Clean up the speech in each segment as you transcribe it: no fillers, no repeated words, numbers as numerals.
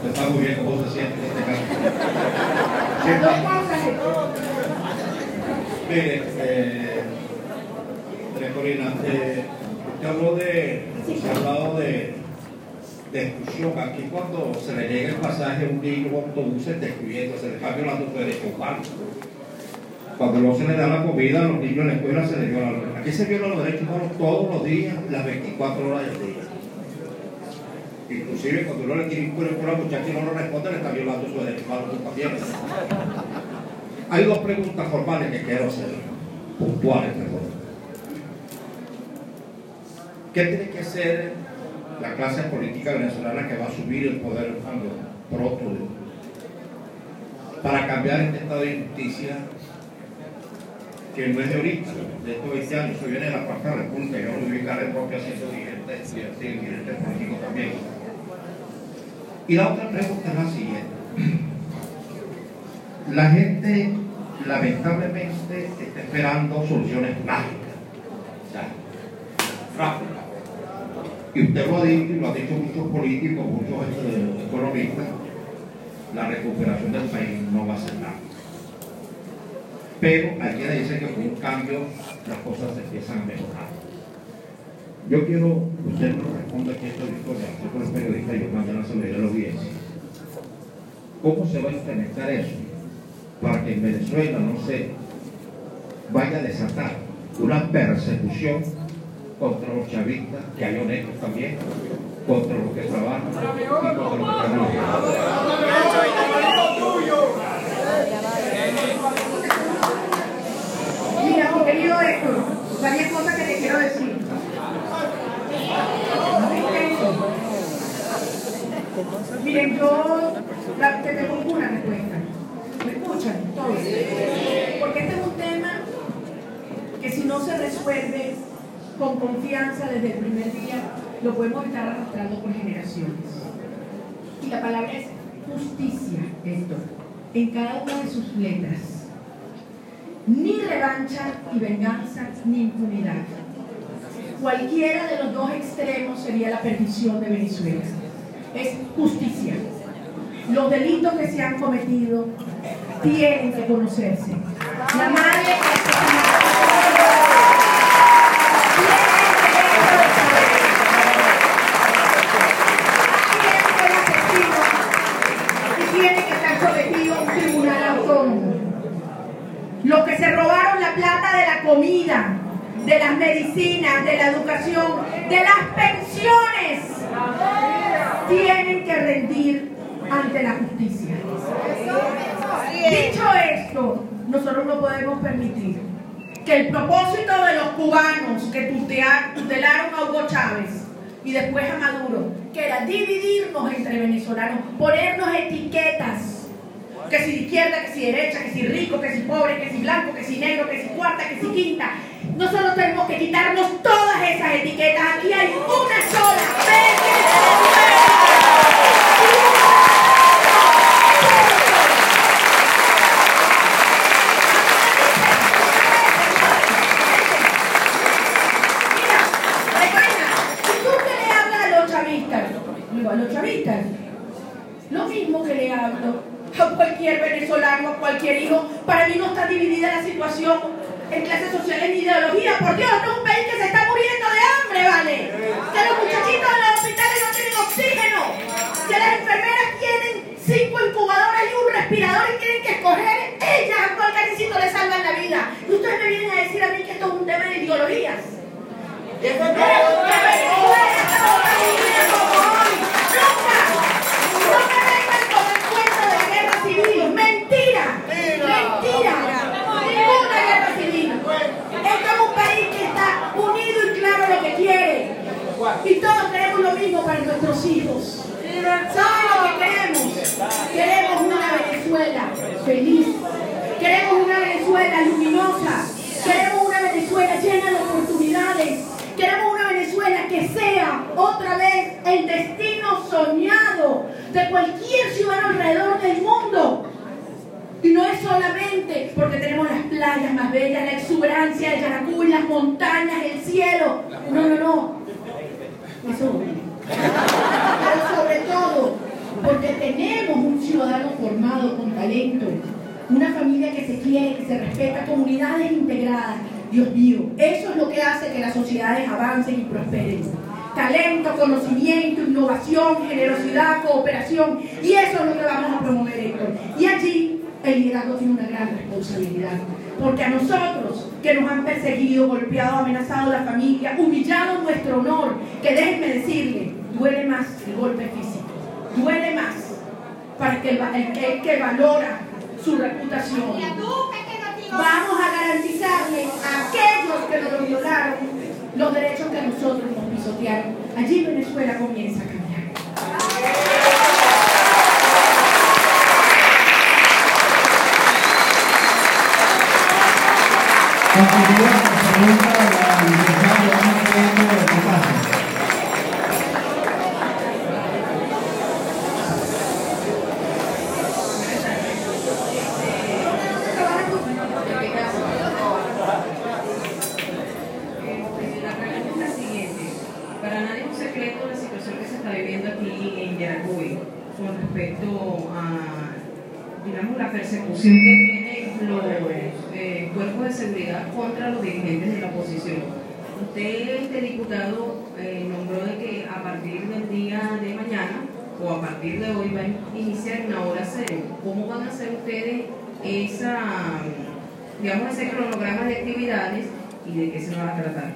Está muy bien cómo se siente en este caso. Mire, Corina, usted habló se ha hablado de exclusión. Aquí cuando se le llega el pasaje a un niño o autobús, está excluyendo, se le está violando su derecho humano. Cuando luego se le da la comida a los niños en la escuela, se les viola los derechos. Aquí se violan los derechos humanos todos los días, las 24 horas del día. Inclusive cuando uno le quiere incurrir por la muchacha y no lo responde, le está violando su derecho humano también. Hay dos preguntas formales que quiero hacer, puntuales, perdón. ¿Qué tiene que ser la clase política venezolana que va a subir el poder pronto para cambiar este estado de injusticia que no es de ahorita, de estos 20 años? Eso viene de la Cuarta República? Yo lo viví en propia siendo dirigente político también. Y la otra pregunta es la siguiente. La gente lamentablemente está esperando soluciones mágicas, o sea, rápidas. Y usted lo ha dicho, y lo han dicho muchos políticos, muchos economistas, la recuperación del país no va a ser nada. Pero hay quienes dicen que con un cambio las cosas se empiezan a mejorar. Yo quiero que usted me responda aquí esta historia, yo con los periodistas y yo mañana se lo diré a la audiencia. ¿Cómo se va a implementar eso para que en Venezuela no se vaya a desatar una persecución contra los chavistas, que hay honestos también, contra los que trabajan y contra los que trabajan? Mira, mi querido Héctor, varias cosas que te quiero decir. Miren, yo te tengo una respuesta. ¿Me escuchan? Todos. Porque este es un tema que si no se resuelve con confianza desde el primer día, lo podemos estar arrastrando por generaciones. Y la palabra es justicia, Héctor, en cada una de sus letras. Ni revancha y venganza, ni impunidad. Cualquiera de los dos extremos sería la perdición de Venezuela. Es justicia. Los delitos que se han cometido tienen que conocerse. La madre tiene que estar sometido a un tribunal autónomo. Los que se robaron la plata de la comida, de las medicinas, de la educación, de las pensiones, tienen que rendir ante la justicia. Dicho esto, nosotros no podemos permitir que el propósito de los cubanos que tutelaron a Hugo Chávez y después a Maduro, que era dividirnos entre venezolanos, ponernos etiquetas, que si de izquierda, que si derecha, que si rico, que si pobre, que si blanco, que si negro, que si cuarta, que si quinta. Nosotros tenemos que quitarnos todas esas etiquetas. Aquí hay una sola a los chavistas, lo mismo que le hablo a cualquier venezolano, a cualquier hijo. Para mí no está dividida la situación en clases sociales ni ideología. Por Dios, no es un país que se está muriendo de hambre, ¿vale? Que los muchachitos en los hospitales no tienen oxígeno, que las enfermeras tienen 5 incubadoras y un respirador y tienen que escoger ellas a cuál carecito le salvan la vida. Y ustedes me vienen a decir a mí que esto es un tema de ideologías. Mentira, ninguna guerra civil. Esto es un país que está unido y claro lo que quiere. Y todos queremos lo mismo para nuestros hijos. ¿Saben lo que queremos? Queremos una Venezuela feliz. Queremos una Venezuela luminosa. Queremos una Venezuela llena de oportunidades. Queremos una Venezuela que sea otra vez el destino soñado de cualquier ciudadano alrededor del mundo. Y no es solamente porque tenemos las playas más bellas, la exuberancia de Yaracuy, las montañas, el cielo. No. Eso. Pero sobre todo porque tenemos talento, una familia que se quiere, que se respeta, comunidades integradas. Dios mío, eso es lo que hace que las sociedades avancen y prosperen. Talento, conocimiento, innovación, generosidad, cooperación, y eso es lo que vamos a promover, Héctor. Y allí el liderazgo tiene una gran responsabilidad, porque a nosotros que nos han perseguido, golpeado, amenazado la familia, humillado nuestro honor, que déjenme decirle, duele más el golpe físico, duele más para que el que valora su reputación. Vamos a garantizarle a aquellos que nos violaron los derechos que nosotros nos pisotearon. Allí Venezuela comienza a cambiar. Continúa la pregunta de la licenciada Joana Prieto de Picasso. Para nadie es un secreto la situación que se está viviendo aquí en Yaracuy con respecto a, digamos, la persecución que tienen los cuerpos de seguridad contra los dirigentes de la oposición. Usted, diputado, nombró de que a partir del día de mañana o a partir de hoy va a iniciar una hora cero. ¿Cómo van a hacer ustedes ese cronograma de actividades y de qué se va a tratar?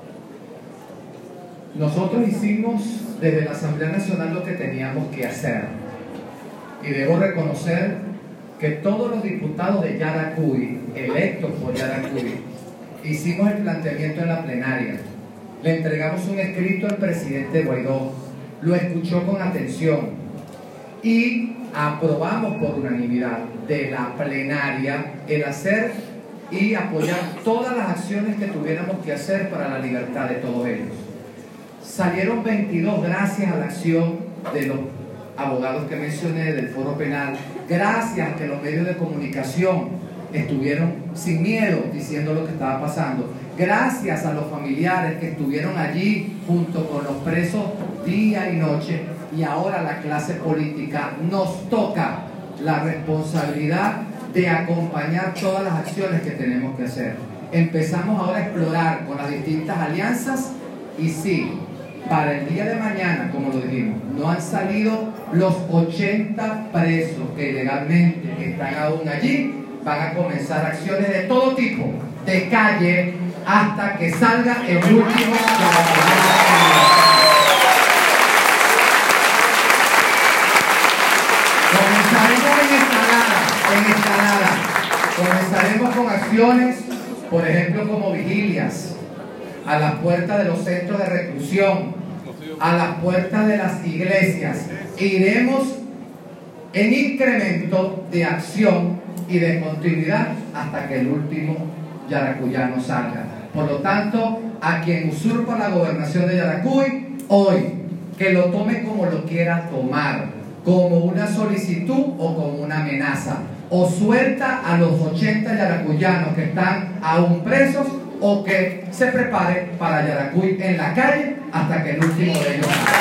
Nosotros hicimos desde la Asamblea Nacional lo que teníamos que hacer, y debo reconocer que todos los diputados de Yaracuy, electos por Yaracuy, hicimos el planteamiento en la plenaria. Le entregamos un escrito al presidente Guaidó, lo escuchó con atención y aprobamos por unanimidad de la plenaria el hacer y apoyar todas las acciones que tuviéramos que hacer para la libertad de todos ellos. Salieron 22 gracias a la acción de los abogados que mencioné del Foro Penal, gracias a que los medios de comunicación estuvieron sin miedo diciendo lo que estaba pasando, gracias a los familiares que estuvieron allí junto con los presos día y noche, y ahora la clase política nos toca la responsabilidad de acompañar todas las acciones que tenemos que hacer. Empezamos ahora a explorar con las distintas alianzas y sí, para el día de mañana, como lo dijimos, no han salido los 80 presos que ilegalmente están aún allí. Van a comenzar acciones de todo tipo, de calle, hasta que salga el último de la Comenzaremos en escalada. Comenzaremos con acciones, por ejemplo, como vigilias a las puertas de los centros de reclusión, a las puertas de las iglesias. Iremos en incremento de acción y de continuidad hasta que el último yaracuyano salga. Por lo tanto, a quien usurpa la gobernación de Yaracuy, hoy, que lo tome como lo quiera tomar, como una solicitud o como una amenaza. O suelta a los 80 yaracuyanos que están aún presos, o que se prepare para Yaracuy en la calle hasta que el último de ellos salga.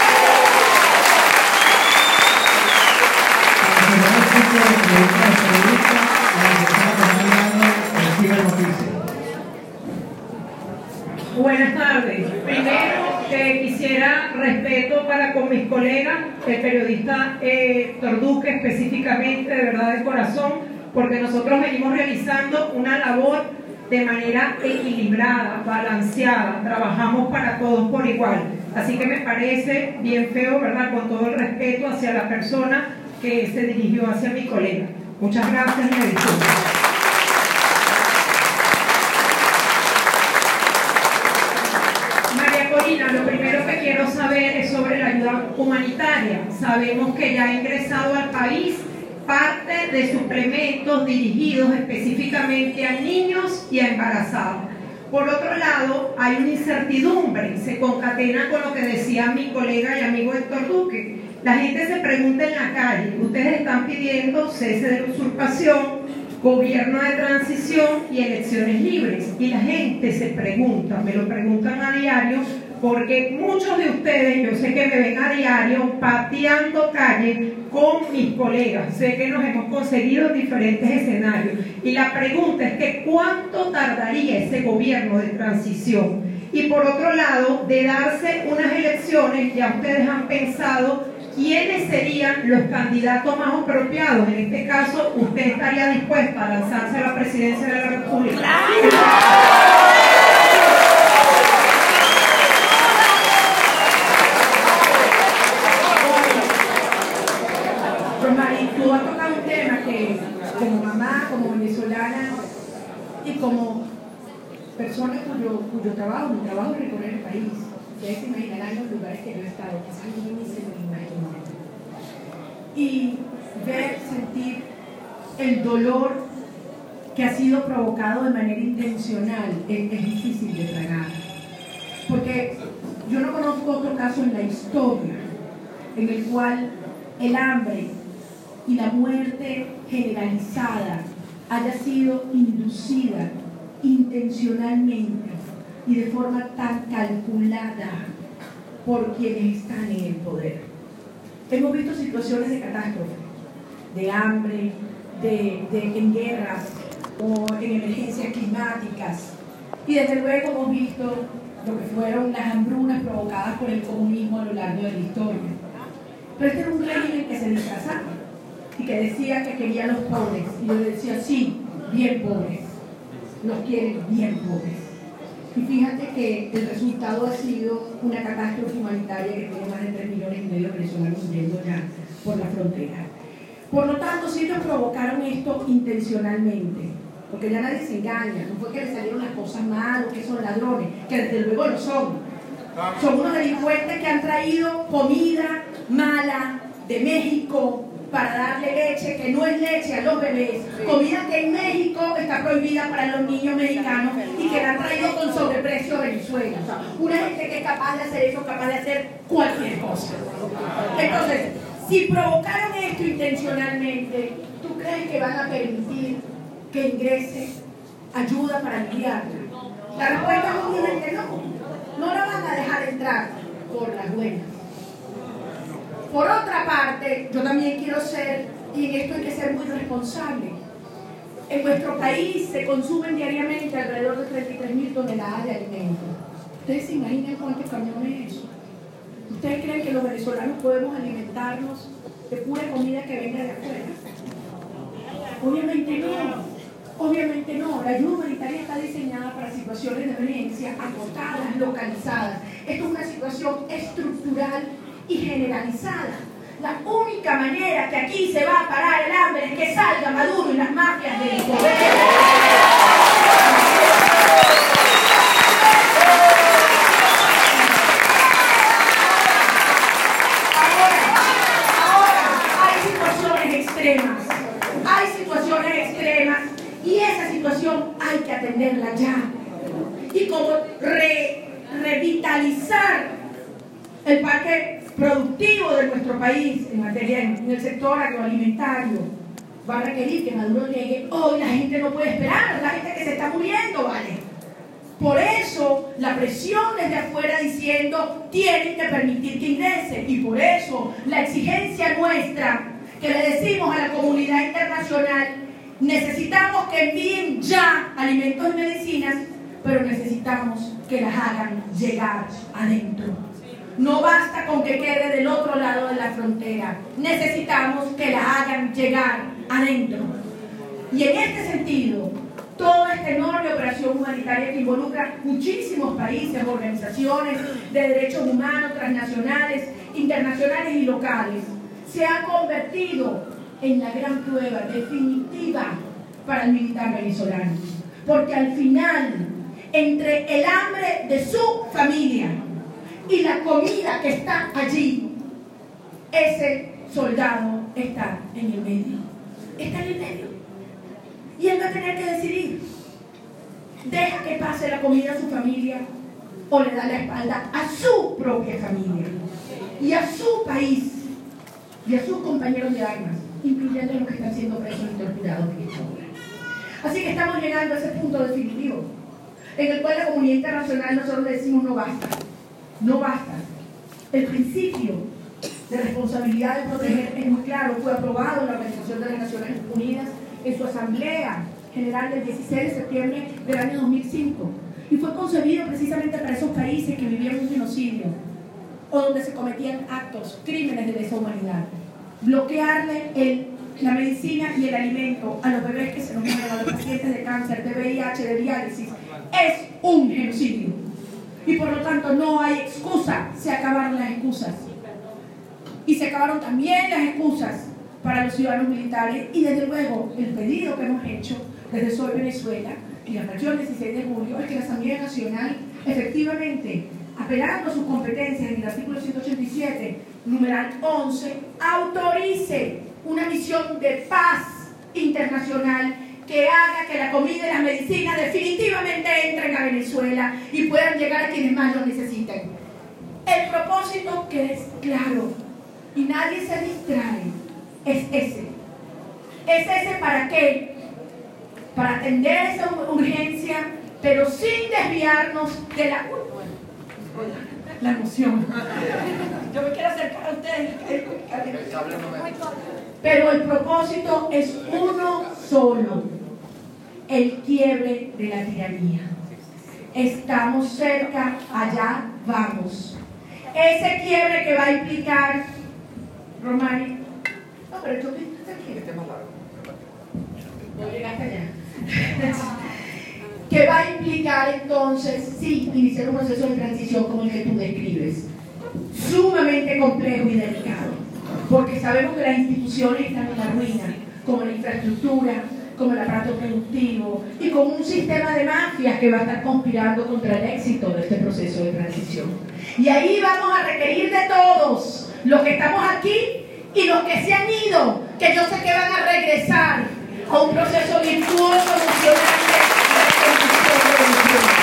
Buenas tardes. Primero, quisiera respeto para con mis colegas, el periodista Héctor Duque específicamente, de verdad de corazón, porque nosotros venimos realizando una labor de manera equilibrada, balanceada, trabajamos para todos por igual. Así que me parece bien feo, ¿verdad?, con todo el respeto hacia la persona que se dirigió hacia mi colega. Muchas gracias y me disculpo. María Corina, lo primero que quiero saber es sobre la ayuda humanitaria. Sabemos que ya ha ingresado al país parte de suplementos dirigidos específicamente a niños y a embarazadas. Por otro lado, hay una incertidumbre, se concatena con lo que decía mi colega y amigo Héctor Duque. La gente se pregunta en la calle, ustedes están pidiendo cese de la usurpación, gobierno de transición y elecciones libres. Y la gente se pregunta, me lo preguntan a diario, porque muchos de ustedes, yo sé que me ven a diario pateando calle con mis colegas, sé que nos hemos conseguido en diferentes escenarios, y la pregunta es que ¿cuánto tardaría ese gobierno de transición? Y por otro lado, de darse unas elecciones, ya ustedes han pensado quiénes serían los candidatos más apropiados. En este caso, ¿usted estaría dispuesta a lanzarse a la presidencia de la República? Rosmarie, tú has tocado un tema que, como mamá, como venezolana y como persona cuyo trabajo, mi trabajo es recorrer el país. Ustedes se imaginarán los lugares que yo he estado, quizás ni se me imaginan. Y ver, sentir el dolor que ha sido provocado de manera intencional es difícil de tragar. Porque yo no conozco otro caso en la historia en el cual el hambre y la muerte generalizada haya sido inducida intencionalmente y de forma tan calculada por quienes están en el poder. Hemos visto situaciones de catástrofe, de hambre, en guerras o en emergencias climáticas, y desde luego hemos visto lo que fueron las hambrunas provocadas por el comunismo a lo largo de la historia. Pero este era un régimen que se disfrazaba y que decía que quería a los pobres, y yo le decía, sí, bien pobres, los quieren bien pobres. Y fíjate que el resultado ha sido una catástrofe humanitaria que tiene más de 3,5 millones de venezolanos huyendo ya por la frontera. Por lo tanto, si ellos provocaron esto intencionalmente, porque ya nadie se engaña, no fue que les salieron las cosas mal o que son ladrones, que desde luego lo son. Son unos delincuentes que han traído comida mala de México para darle leche, que no es leche, a los bebés, comida que en México está prohibida para los niños mexicanos y que la han traído con sobreprecio a Venezuela. O sea, una gente que es capaz de hacer eso, capaz de hacer cualquier cosa. Entonces, si provocaron esto intencionalmente, ¿tú crees que van a permitir que ingrese ayuda para aliviarla? La respuesta es obviamente no. No la van a dejar entrar por las buenas. Por otra parte, yo también quiero ser, y en esto hay que ser muy responsable. En nuestro país se consumen diariamente alrededor de 33,000 toneladas de alimentos. ¿Ustedes se imaginan cuántos camiones es eso? ¿Ustedes creen que los venezolanos podemos alimentarnos de pura comida que venga de afuera? Obviamente no. Obviamente no. La ayuda humanitaria está diseñada para situaciones de emergencia acotadas, localizadas. Esto es una situación estructural y generalizada. La única manera que aquí se va a parar el hambre es que salga Maduro y las mafias del poder. Ahora hay situaciones extremas y esa situación hay que atenderla ya. Y como revitalizar el parque productivo de nuestro país en materia en el sector agroalimentario va a requerir que Maduro llegue hoy. La gente no puede esperar, la gente que se está muriendo, ¿vale? Por eso la presión desde afuera diciendo tienen que permitir que ingrese, y por eso la exigencia nuestra que le decimos a la comunidad internacional: necesitamos que envíen ya alimentos y medicinas, pero necesitamos que las hagan llegar adentro. No basta con que quede del otro lado de la frontera, necesitamos que la hagan llegar adentro. Y en este sentido, toda esta enorme operación humanitaria que involucra muchísimos países, organizaciones de derechos humanos, transnacionales, internacionales y locales, se ha convertido en la gran prueba definitiva para el militar venezolano. Porque al final, entre el hambre de su familia y la comida que está allí, ese soldado está en el medio. Está en el medio. Y él va a tener que decidir: deja que pase la comida a su familia o le da la espalda a su propia familia y a su país y a sus compañeros de armas, incluyendo los que están siendo presos y torturados en esta hora. Así que estamos llegando a ese punto definitivo en el cual la comunidad internacional nosotros le decimos: no basta. no basta. El principio de responsabilidad de proteger es muy claro, fue aprobado en la Organización de las Naciones Unidas en su Asamblea General del 16 de septiembre del año 2005 y fue concebido precisamente para esos países que vivían un genocidio o donde se cometían actos, crímenes de lesa humanidad. Bloquearle la medicina y el alimento a los bebés que se nos mueren, a los pacientes de cáncer, de VIH, de diálisis, es un genocidio. Y por lo tanto no hay excusa, se acabaron las excusas. Y se acabaron también las excusas para los ciudadanos militares y desde luego el pedido que hemos hecho desde Soy Venezuela y la fracción 16 de julio es que la Asamblea Nacional efectivamente, apelando a sus competencias en el artículo 187, numeral 11, autorice una misión de paz internacional que haga que la comida y las medicinas definitivamente entren a Venezuela y puedan llegar a quienes más lo necesiten. El propósito que es claro y nadie se distrae es ese. ¿Es ese para qué? Para atender esa urgencia, pero sin desviarnos de la emoción. Yo me quiero acercar a ustedes. Pero el propósito es uno solo: el quiebre de la tiranía. Estamos cerca, allá vamos. Ese quiebre que va a implicar, Romari, no, pero tú estás aquí. Este es más largo. No llegaste allá. Que va a implicar entonces, sí, iniciar un proceso de transición como el que tú describes, sumamente complejo y delicado, porque sabemos que las instituciones están en la ruina, como la infraestructura, como el aparato productivo y como un sistema de mafias que va a estar conspirando contra el éxito de este proceso de transición. Y ahí vamos a requerir de todos, los que estamos aquí y los que se han ido, que yo sé que van a regresar a un proceso virtuoso, emocionante de reconstrucción de Venezuela.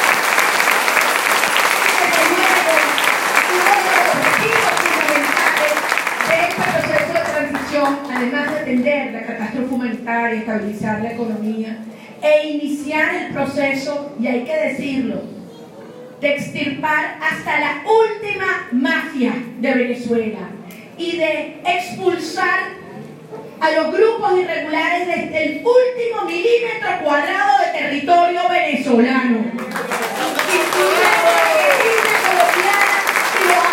Desde luego, uno de los objetivos fundamentales de este proceso de transición, además de atender la catástrofe humanitaria, estabilizar la economía e iniciar el proceso, y hay que decirlo, de extirpar hasta la última mafia de Venezuela y de expulsar a los grupos irregulares desde el último milímetro cuadrado de territorio venezolano, incluyendo la guerrilla colombiana y los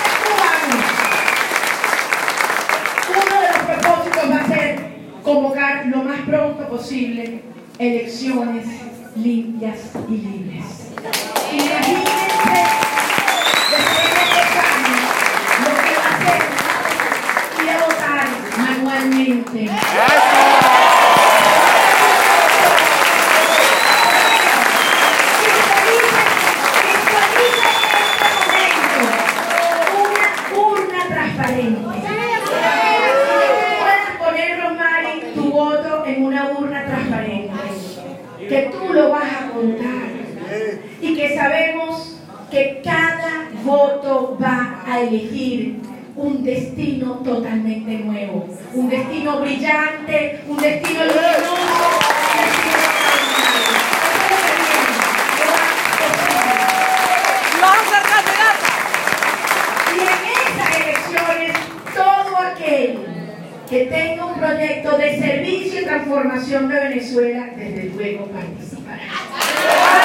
agentes cubanos. Uno de los propósitos va a ser convocar lo más pronto posible elecciones limpias y libres. Imagínense, después de 2 años, lo que va a hacer ir a votar manualmente. Una urna transparente. Puedes poner, Romari, tu voto en una urna transparente, que tú lo vas a contar y que sabemos que cada voto va a elegir un destino totalmente nuevo, un destino brillante, un destino luminoso, un destino y en esas elecciones todo aquel que tenga un proyecto de servicio y transformación de Venezuela, desde luego participará.